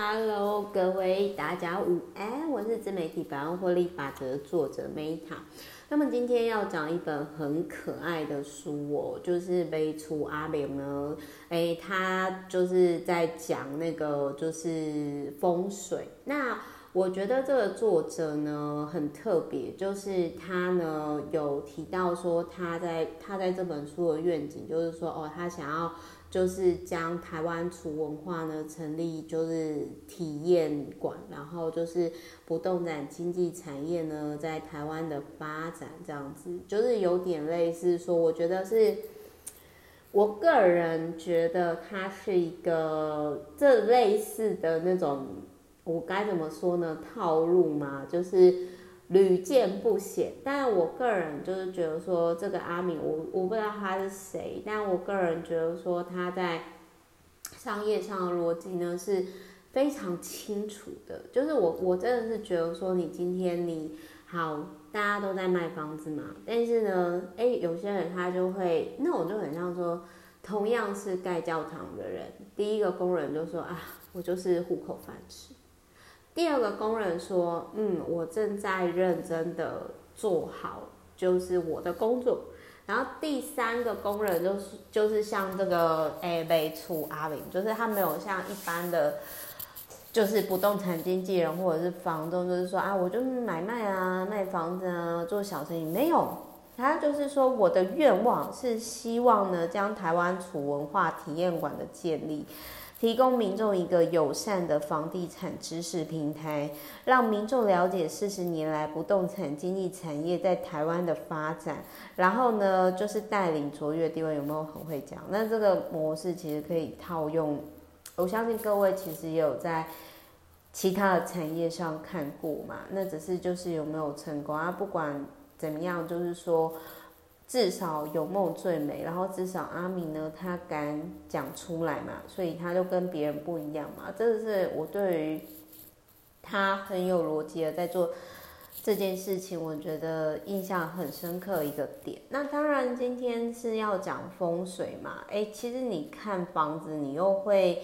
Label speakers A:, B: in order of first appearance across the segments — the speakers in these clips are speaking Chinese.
A: Hello，各位大家午安，我是自媒体百万获利法则作者 Meta。那么今天要讲一本很可爱的书哦，就是北楚阿明呢，他就是在讲那个就是风水。那我觉得这个作者呢很特别，就是他呢有提到说他在这本书的愿景，就是说他想要就是将台湾厨文化呢成立就是体验馆，然后就是不动产经济产业呢在台湾的发展，这样子就是有点类似说，我觉得是。我个人觉得它是一个这类似的那种，我该怎么说呢？套路嘛，就是屡见不鲜。但我个人就是觉得说，这个阿敏，我不知道他是谁，但我个人觉得说他在商业上的逻辑呢是非常清楚的。就是我真的是觉得说，你今天你好。大家都在卖房子嘛，但是呢，有些人他就会，那我就很像说，同样是盖教堂的人，第一个工人就说啊，我就是糊口饭吃；第二个工人说，我正在认真的做好就是我的工作，然后第三个工人就是像这个北楚阿明，就是他没有像一般的。就是不动产经纪人或者是房东，就是说啊，我就买卖啊，卖房子啊，做小生意，没有。他就是说，我的愿望是希望呢，将台湾楚文化体验馆的建立，提供民众一个友善的房地产知识平台，让民众了解40年来不动产经济产业在台湾的发展。然后呢，就是带领卓越地位，有没有很会讲？那这个模式其实可以套用。我相信各位其实也有在其他的产业上看过嘛，那只是就是有没有成功啊？不管怎么样，就是说至少有梦最美，然后至少阿明呢他敢讲出来嘛，所以他就跟别人不一样嘛。这是我对于他很有逻辑的在做这件事情，我觉得印象很深刻的一个点。那当然今天是要讲风水嘛，其实你看房子，你又会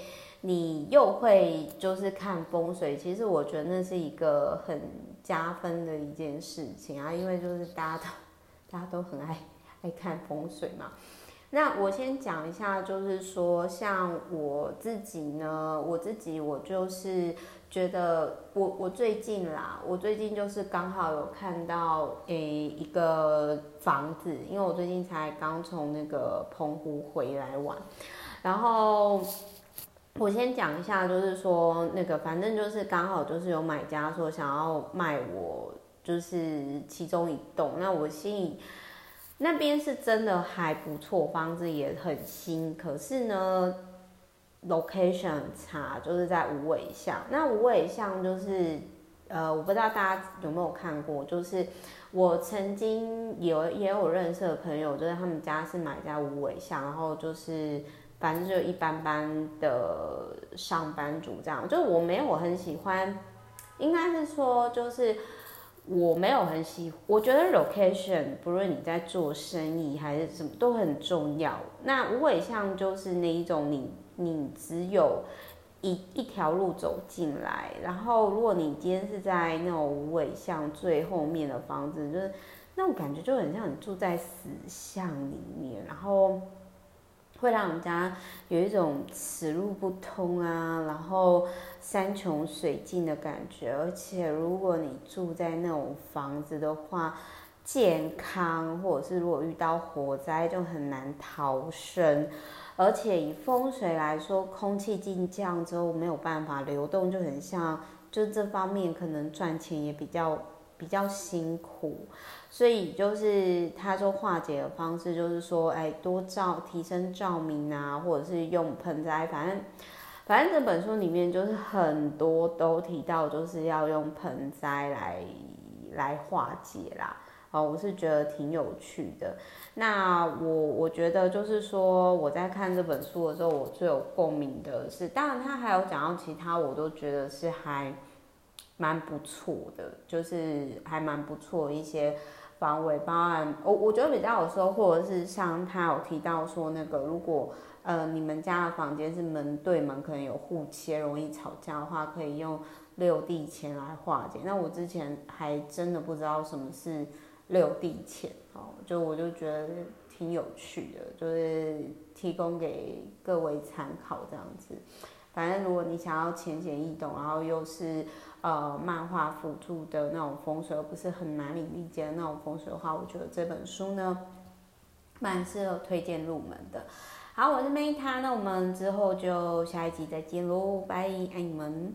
A: 就是看风水，其实我觉得那是一个很加分的一件事情啊，因为就是大家都很爱看风水嘛。那我先讲一下，就是说像我自己呢，我就是觉得我最近就是刚好有看到一个房子，因为我最近才刚从那个澎湖回来玩，然后我先讲一下，就是说那个反正就是刚好就是有买家说想要卖我就是其中一栋，那我心里。那边是真的还不错，房子也很新，可是呢 ，location 很差，就是在无尾巷。那无尾巷就是，我不知道大家有没有看过，就是我曾经也有认识的朋友，就是他们家是买在无尾巷，然后就是反正就一般般的上班族这样，就是我没有很喜欢，应该是说就是。我没有很喜欢，我觉得 location 不论你在做生意还是什么都很重要。那无尾巷就是那一种你只有一条路走进来，然后如果你今天是在那种无尾巷最后面的房子，就是那种感觉就很像你住在死巷里面，然后。会让人家有一种此路不通啊，然后山穷水尽的感觉。而且如果你住在那种房子的话，健康或者是如果遇到火灾就很难逃生。而且以风水来说，空气进降之后没有办法流动，就很像，就这方面可能赚钱也比较辛苦。所以就是他说化解的方式就是说，多提升照明啊，或者是用盆栽，反正这本书里面就是很多都提到，就是要用盆栽来化解啦。我是觉得挺有趣的。那我觉得就是说，我在看这本书的时候，我最有共鸣的是，当然他还有讲到其他，我都觉得是还蛮不错的，就是还蛮不错的一些防伪包案，我觉得比较有收获的是，像他有提到说，那个如果你们家的房间是门对门，可能有互切，容易吵架的话，可以用六地钱来化解。那我之前还真的不知道什么是六地钱哦，我就觉得挺有趣的，就是提供给各位参考这样子。反正如果你想要浅显易懂，然后又是漫画辅助的那种风水，而不是很难以理解的那种风水的话，我觉得这本书呢蛮适合推荐入门的。好，我是 Meta，那我们之后就下一集再见喽，拜，爱你们。